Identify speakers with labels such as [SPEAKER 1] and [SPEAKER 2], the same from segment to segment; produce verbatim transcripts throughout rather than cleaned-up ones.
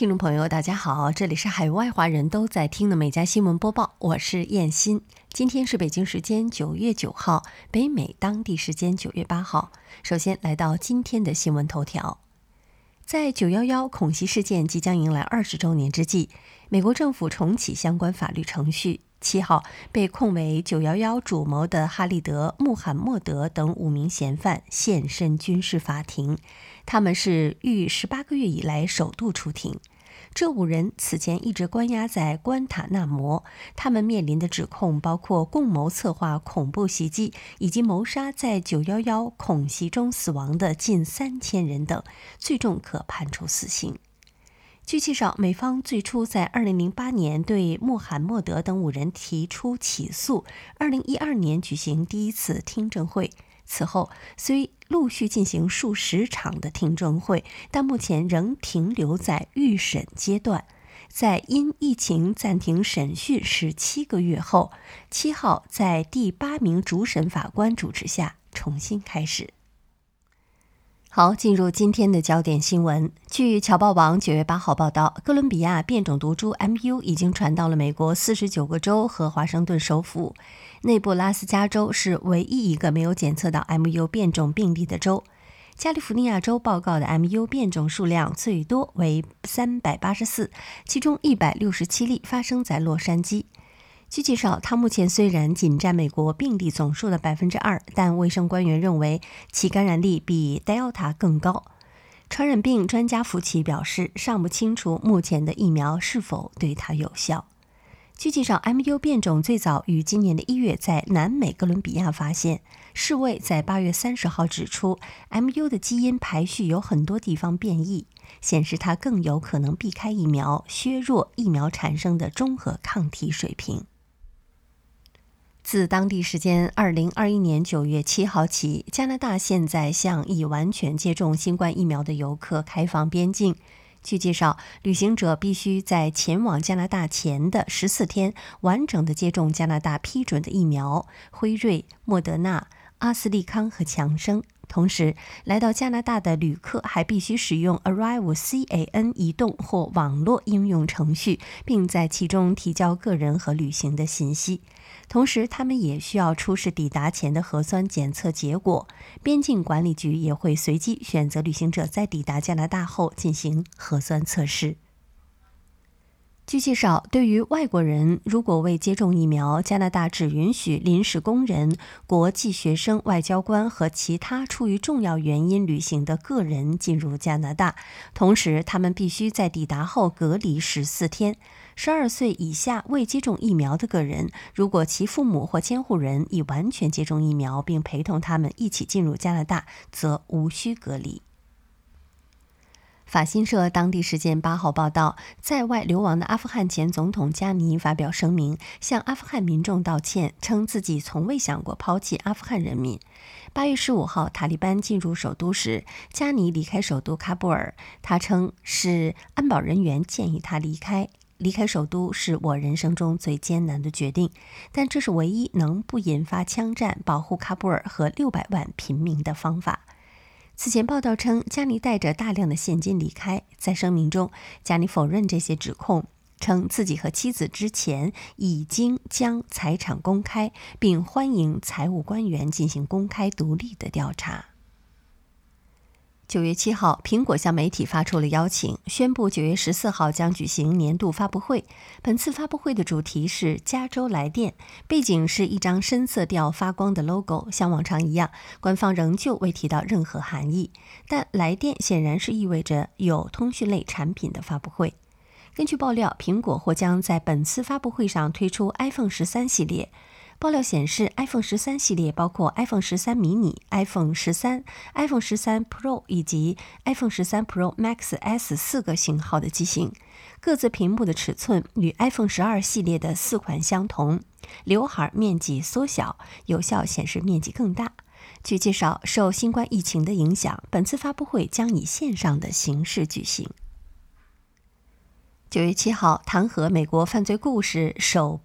[SPEAKER 1] 听众朋友，大家好，这里是海外华人都在听的每家新闻播报，我是燕欣。今天是北京时间九月九号，北美当地时间九月八号。首先来到今天的新闻头条。在九一一恐袭事件即将迎来二十周年之际，美国政府重启相关法律程序。七号，被控为九一一主谋的哈利德、穆罕默德等五名嫌犯现身军事法庭，他们是逾十八个月以来首度出庭。这五人此前一直关押在关塔那摩，他们面临的指控包括共谋策划恐怖袭击以及谋杀在九一一恐袭中死亡的近三千人等，最重可判处死刑。据介绍，美方最初在二零零八年对穆罕默德等五人提出起诉，二零一二年举行第一次听证会。此后虽陆续进行数十场的听证会，但目前仍停留在预审阶段。在因疫情暂停审讯十七个月后，七号在第八名主审法官主持下重新开始。好，进入今天的焦点新闻。据侨报网九月八号报道，哥伦比亚变种毒株 M U 已经传到了美国四十九个州和华盛顿首府。内布拉斯加州是唯一一个没有检测到 M U 变种病例的州。加利福尼亚州报告的 M U 变种数量最多为三百八十四，其中一百六十七例发生在洛杉矶。据介绍，它目前虽然仅占美国病例总数的 百分之二， 但卫生官员认为其感染力比 Delta 更高。传染病专家福奇表示，尚不清楚目前的疫苗是否对它有效。据介绍， M U 变种最早于今年的一月在南美哥伦比亚发现。世卫在八月三十号指出， M U 的基因排序有很多地方变异，显示它更有可能避开疫苗，削弱疫苗产生的中和抗体水平。自当地时间二零二一年九月七号起，加拿大现在向已完全接种新冠疫苗的游客开放边境。据介绍，旅行者必须在前往加拿大前的十四天完整的接种加拿大批准的疫苗，辉瑞、莫德纳、阿斯利康和强生。同时，来到加拿大的旅客还必须使用 Arrival C A N 移动或网络应用程序，并在其中提交个人和旅行的信息。同时，他们也需要出示抵达前的核酸检测结果。边境管理局也会随机选择旅行者在抵达加拿大后进行核酸测试。据介绍，对于外国人，如果未接种疫苗，加拿大只允许临时工人、国际学生、外交官和其他出于重要原因旅行的个人进入加拿大。同时，他们必须在抵达后隔离十四天。十二岁以下未接种疫苗的个人，如果其父母或监护人已完全接种疫苗并陪同他们一起进入加拿大，则无需隔离。法新社当地时间八号报道，在外流亡的阿富汗前总统加尼发表声明，向阿富汗民众道歉，称自己从未想过抛弃阿富汗人民。八月十五号，塔利班进入首都时，加尼离开首都喀布尔，他称是安保人员建议他离开。离开首都是我人生中最艰难的决定，但这是唯一能不引发枪战、保护喀布尔和六百万平民的方法。此前报道称，加尼带着大量的现金离开。在声明中，加尼否认这些指控，称自己和妻子之前已经将财产公开，并欢迎财务官员进行公开独立的调查。九月七号，苹果向媒体发出了邀请，宣布九月十四号将举行年度发布会。本次发布会的主题是加州来电，背景是一张深色调发光的 logo。像往常一样，官方仍旧未提到任何含义，但来电显然是意味着有通讯类产品的发布会。根据爆料，苹果或将在本次发布会上推出 iPhone 十三系列。爆料显示 iPhone 十三系列包括 iPhone 十三 mini、iPhone 十三、iPhone 十三 Pro 以及 iPhone 十三 Pro Max S 四个型号的机型，各自屏幕的尺寸与 iPhone 十二系列的四款相同，刘海面积缩小，有效显示面积更大。据介绍，受新冠疫情的影响，本次发布会将以线上的形式举行。九月七号，弹劾美国犯罪故事首播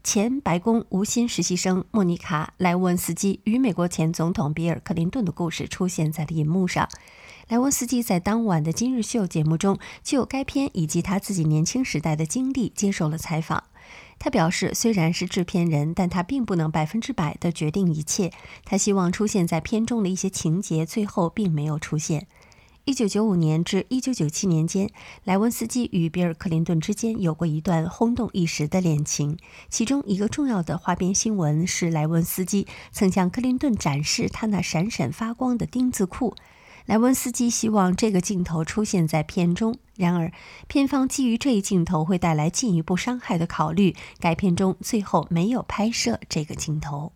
[SPEAKER 1] 前白宫无薪实习生莫妮卡·莱文斯基与美国前总统比尔·克林顿的故事出现在了银幕上。莱文斯基在当晚的《今日秀》节目中就该片以及他自己年轻时代的经历接受了采访。他表示，虽然是制片人，但他并不能百分之百地决定一切。他希望出现在片中的一些情节，最后并没有出现。一九九五年至一九九七年间，莱文斯基与比尔·克林顿之间有过一段轰动一时的恋情。其中一个重要的花边新闻是，莱文斯基曾向克林顿展示他那闪闪发光的丁字裤。莱文斯基希望这个镜头出现在片中，然而片方基于这一镜头会带来进一步伤害的考虑，该片中最后没有拍摄这个镜头。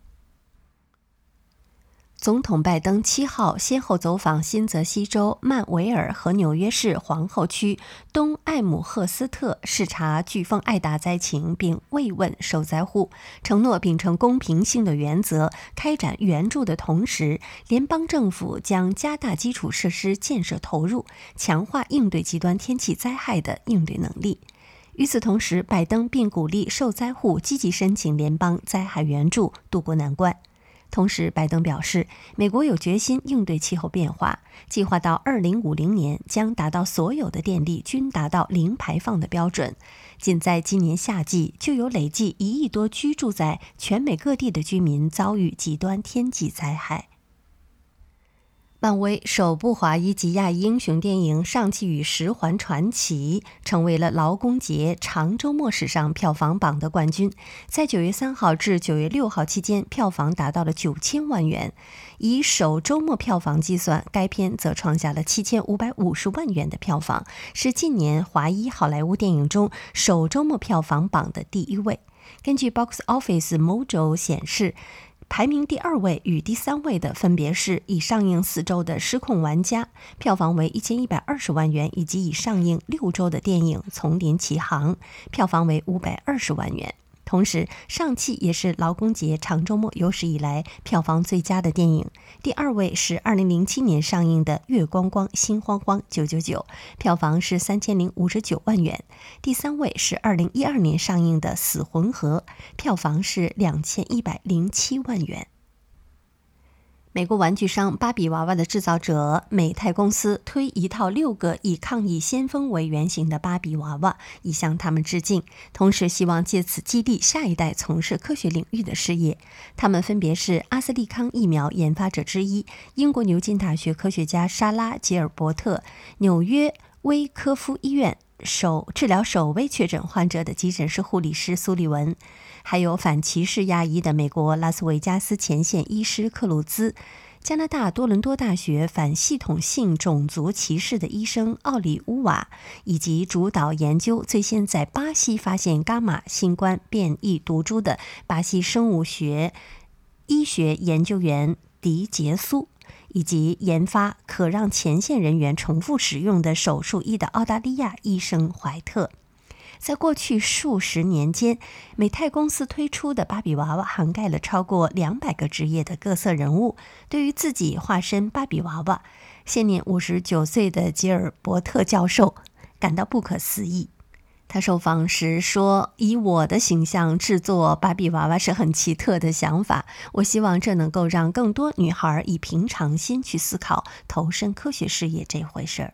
[SPEAKER 1] 总统拜登七号先后走访新泽西州曼维尔和纽约市皇后区东艾姆赫斯特，视察飓风艾达灾情，并慰问受灾户，承诺秉承公平性的原则，开展援助的同时，联邦政府将加大基础设施建设投入，强化应对极端天气灾害的应对能力。与此同时，拜登并鼓励受灾户积极申请联邦灾害援助，渡过难关。同时，拜登表示，美国有决心应对气候变化，计划到二零五零年将达到所有的电力均达到零排放的标准。仅在今年夏季，就有累计一亿多居住在全美各地的居民遭遇极端天气灾害。漫威首部华裔及亚裔英雄电影《上汽与十环传奇》成为了劳工节长周末史上票房榜的冠军，在九月三号至九月六号期间，票房达到了九千万元。以首周末票房计算，该片则创下了七千五百五十万元的票房，是近年华裔好莱坞电影中首周末票房榜的第一位。根据 Box Office Mojo 显示，排名第二位与第三位的分别是已上映四周的《失控玩家》，票房为一千一百二十万元，以及已上映六周的电影《丛林奇航》，票房为五百二十万元。同时，上汽也是劳工节长周末有史以来票房最佳的电影。第二位是二零零七年上映的《月光光心慌慌九九九》，票房是三千零五十九万元。第三位是二零一二年上映的《死魂河》，票房是两千一百零七万元。美国玩具商芭比娃娃的制造者美泰公司推一套六个以抗疫先锋为原型的芭比娃娃，以向他们致敬，同时希望借此激励下一代从事科学领域的事业。他们分别是阿斯利康疫苗研发者之一、英国牛津大学科学家莎拉·吉尔伯特、纽约威科夫医院首治疗首位确诊患者的急诊室护理师苏利文，还有反歧视亚裔的美国拉斯维加斯前线医师克鲁兹，加拿大多伦多大学反系统性种族歧视的医生奥里乌瓦，以及主导研究最先在巴西发现伽马新冠变异毒株的巴西生物学医学研究员迪杰苏，以及研发可让前线人员重复使用的手术衣的澳大利亚医生怀特。在过去数十年间，美泰公司推出的芭比娃娃涵盖了超过两百个职业的各色人物。对于自己化身芭比娃娃，现年五十九岁的吉尔伯特教授感到不可思议。他受访时说，以我的形象制作芭比娃娃是很奇特的想法，我希望这能够让更多女孩以平常心去思考投身科学事业这回事儿。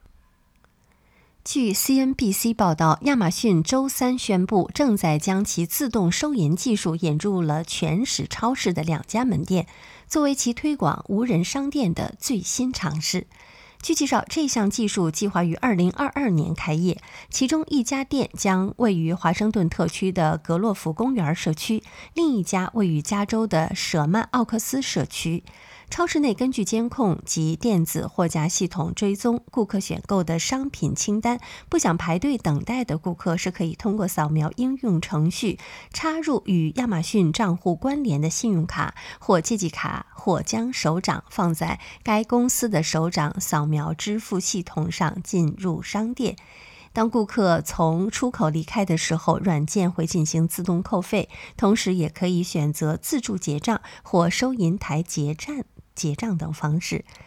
[SPEAKER 1] 据 C N B C 报道，亚马逊周三宣布，正在将其自动收银技术引入了全食超市的两家门店，作为其推广无人商店的最新尝试。据介绍，这项技术计划于二零二二年开业，其中一家店将位于华盛顿特区的格洛夫公园社区，另一家位于加州的舍曼奥克斯社区。超市内根据监控及电子货架系统追踪顾客选购的商品清单，不想排队等待的顾客是可以通过扫描应用程序，插入与亚马逊账户关联的信用卡或借记卡，或将手掌放在该公司的手掌扫描支付系统上进入商店。当顾客从出口离开的时候，软件会进行自动扣费，同时也可以选择自助结账或收银台结账结账等方式。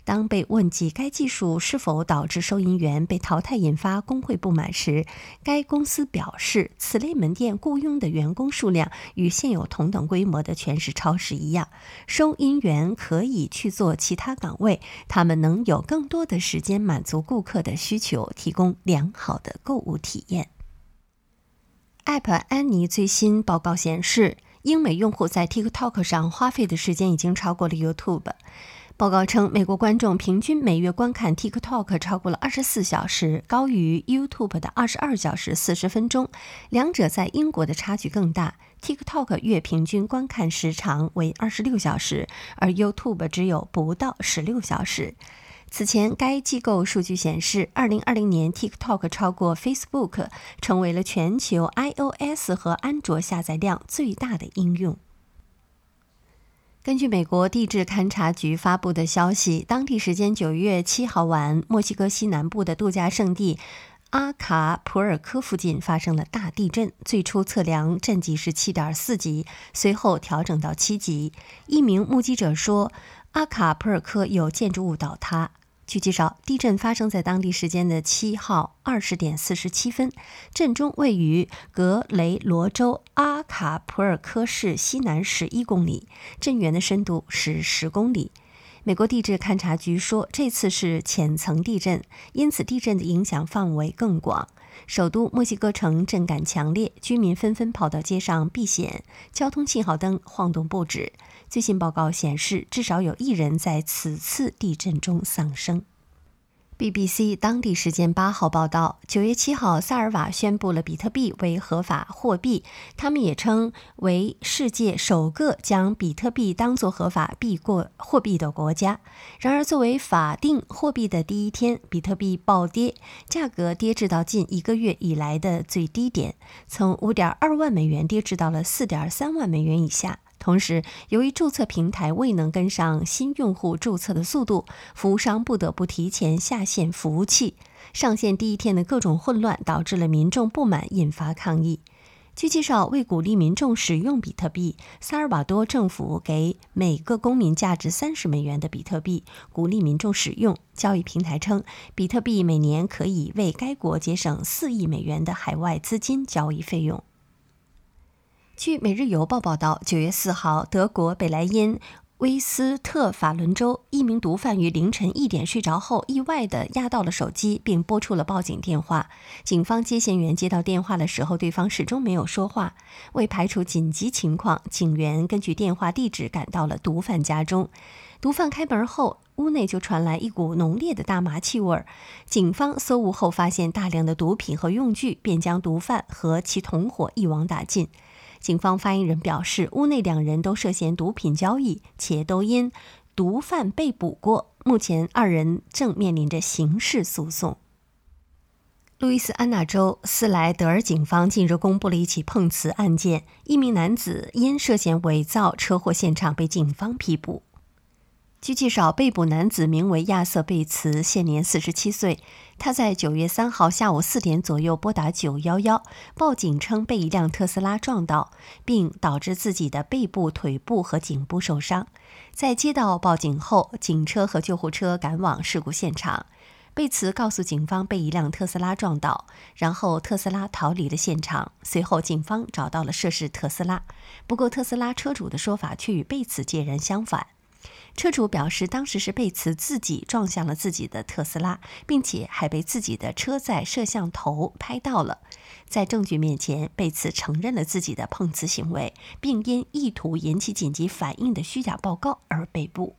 [SPEAKER 1] 当被问及该技术是否导致收银员被淘汰引发工会不满时，该公司表示，此类门店雇佣的员工数量与现有同等规模的全市超市一样，收银员可以去做其他岗位，他们能有更多的时间满足顾客的需求，提供良好的购物体验。App 安妮最新报告显示，英美用户在 TikTok 上花费的时间已经超过了 YouTube。报告称，美国观众平均每月观看 TikTok 超过了二十四小时，高于 YouTube 的二十二小时四十分钟，两者在英国的差距更大。TikTok 月平均观看时长为二十六小时，而 YouTube 只有不到十六小时。此前，该机构数据显示，二零二零年 TikTok 超过 Facebook， 成为了全球 iOS 和安卓下载量最大的应用。根据美国地质勘察局发布的消息，当地时间九月七号晚，墨西哥西南部的度假胜地阿卡普尔科附近发生了大地震，最初测量震级是 七点四 级，随后调整到七级。一名目击者说，阿卡普尔科有建筑物倒塌。据介绍，地震发生在当地时间的七号二十点四十七分，震中位于格雷罗州阿卡普尔科市西南十一公里，震源的深度是十公里。美国地质勘察局说，这次是浅层地震，因此地震的影响范围更广。首都墨西哥城震感强烈，居民纷纷跑到街上避险，交通信号灯晃动不止。最新报告显示，至少有一人在此次地震中丧生。B B C 当地时间八号报道，九月七号，萨尔瓦宣布了比特币为合法货币，他们也称为世界首个将比特币当作合法币过货币的国家。然而，作为法定货币的第一天，比特币暴跌，价格跌至到近一个月以来的最低点，从 五点二万美元跌至到了 四点三万美元以下。同时，由于注册平台未能跟上新用户注册的速度，服务商不得不提前下线服务器。上线第一天的各种混乱导致了民众不满，引发抗议。据介绍，为鼓励民众使用比特币，萨尔瓦多政府给每个公民价值三十美元的比特币，鼓励民众使用。交易平台称，比特币每年可以为该国节省四亿美元的海外资金交易费用。据《每日邮报》报道，九月四号，德国北莱茵威斯特法伦州一名毒贩于凌晨一点睡着后，意外地压到了手机，并拨出了报警电话。警方接线员接到电话的时候，对方始终没有说话。为排除紧急情况，警员根据电话地址赶到了毒贩家中。毒贩开门后，屋内就传来一股浓烈的大麻气味。警方搜悟后发现大量的毒品和用具，便将毒贩和其同伙一网打尽。警方发言人表示，屋内两人都涉嫌毒品交易，且都因毒贩被捕过。目前，二人正面临着刑事诉讼。路易斯安那州斯莱德尔警方近日公布了一起碰瓷案件，一名男子因涉嫌伪造车祸现场被警方批捕。据介绍，被捕男子名为亚瑟·贝茨，现年四十七岁。他在九月三号下午四点左右拨打九一一，报警称被一辆特斯拉撞倒，并导致自己的背部、腿部和颈部受伤。在接到报警后，警车和救护车赶往事故现场。贝茨告诉警方被一辆特斯拉撞倒，然后特斯拉逃离了现场。随后，警方找到了涉事特斯拉，不过特斯拉车主的说法却与贝茨截然相反。车主表示，当时是贝茨自己撞向了自己的特斯拉，并且还被自己的车载摄像头拍到了。在证据面前，贝茨承认了自己的碰瓷行为，并因意图引起紧急反应的虚假报告而被捕。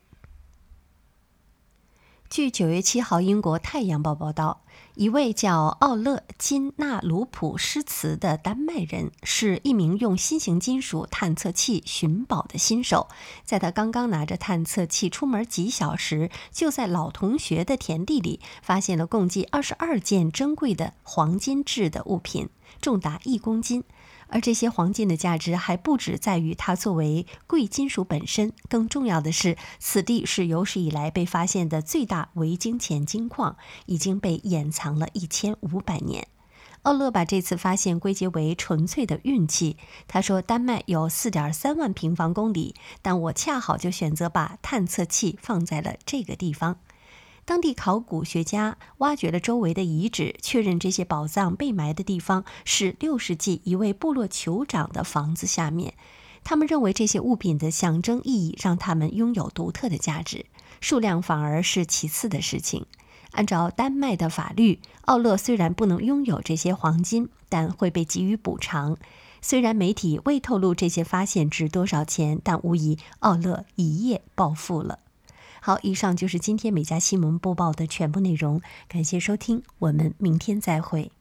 [SPEAKER 1] 据九月七号英国《太阳报》报道，一位叫奥勒金纳鲁普施茨的丹麦人是一名用新型金属探测器寻宝的新手。在他刚刚拿着探测器出门几小时，就在老同学的田地里发现了共计二十二件珍贵的黄金制的物品，重达一公斤。而这些黄金的价值还不止在于它作为贵金属本身，更重要的是，此地是有史以来被发现的最大伪金钱金矿，已经被掩藏了一千五百年。奥勒把这次发现归结为纯粹的运气。他说，丹麦有 四点三万平方公里，但我恰好就选择把探测器放在了这个地方。 当地考古学家挖掘了周围的遗址，确认这些宝藏被埋的地方是六世纪一位部落酋长的房子下面。他们认为这些物品的象征意义让他们拥有独特的价值，数量反而是其次的事情。按照丹麦的法律，奥勒虽然不能拥有这些黄金，但会被给予补偿。虽然媒体未透露这些发现值多少钱，但无疑奥勒一夜暴富了。好，以上就是今天美家新闻播报的全部内容，感谢收听，我们明天再会。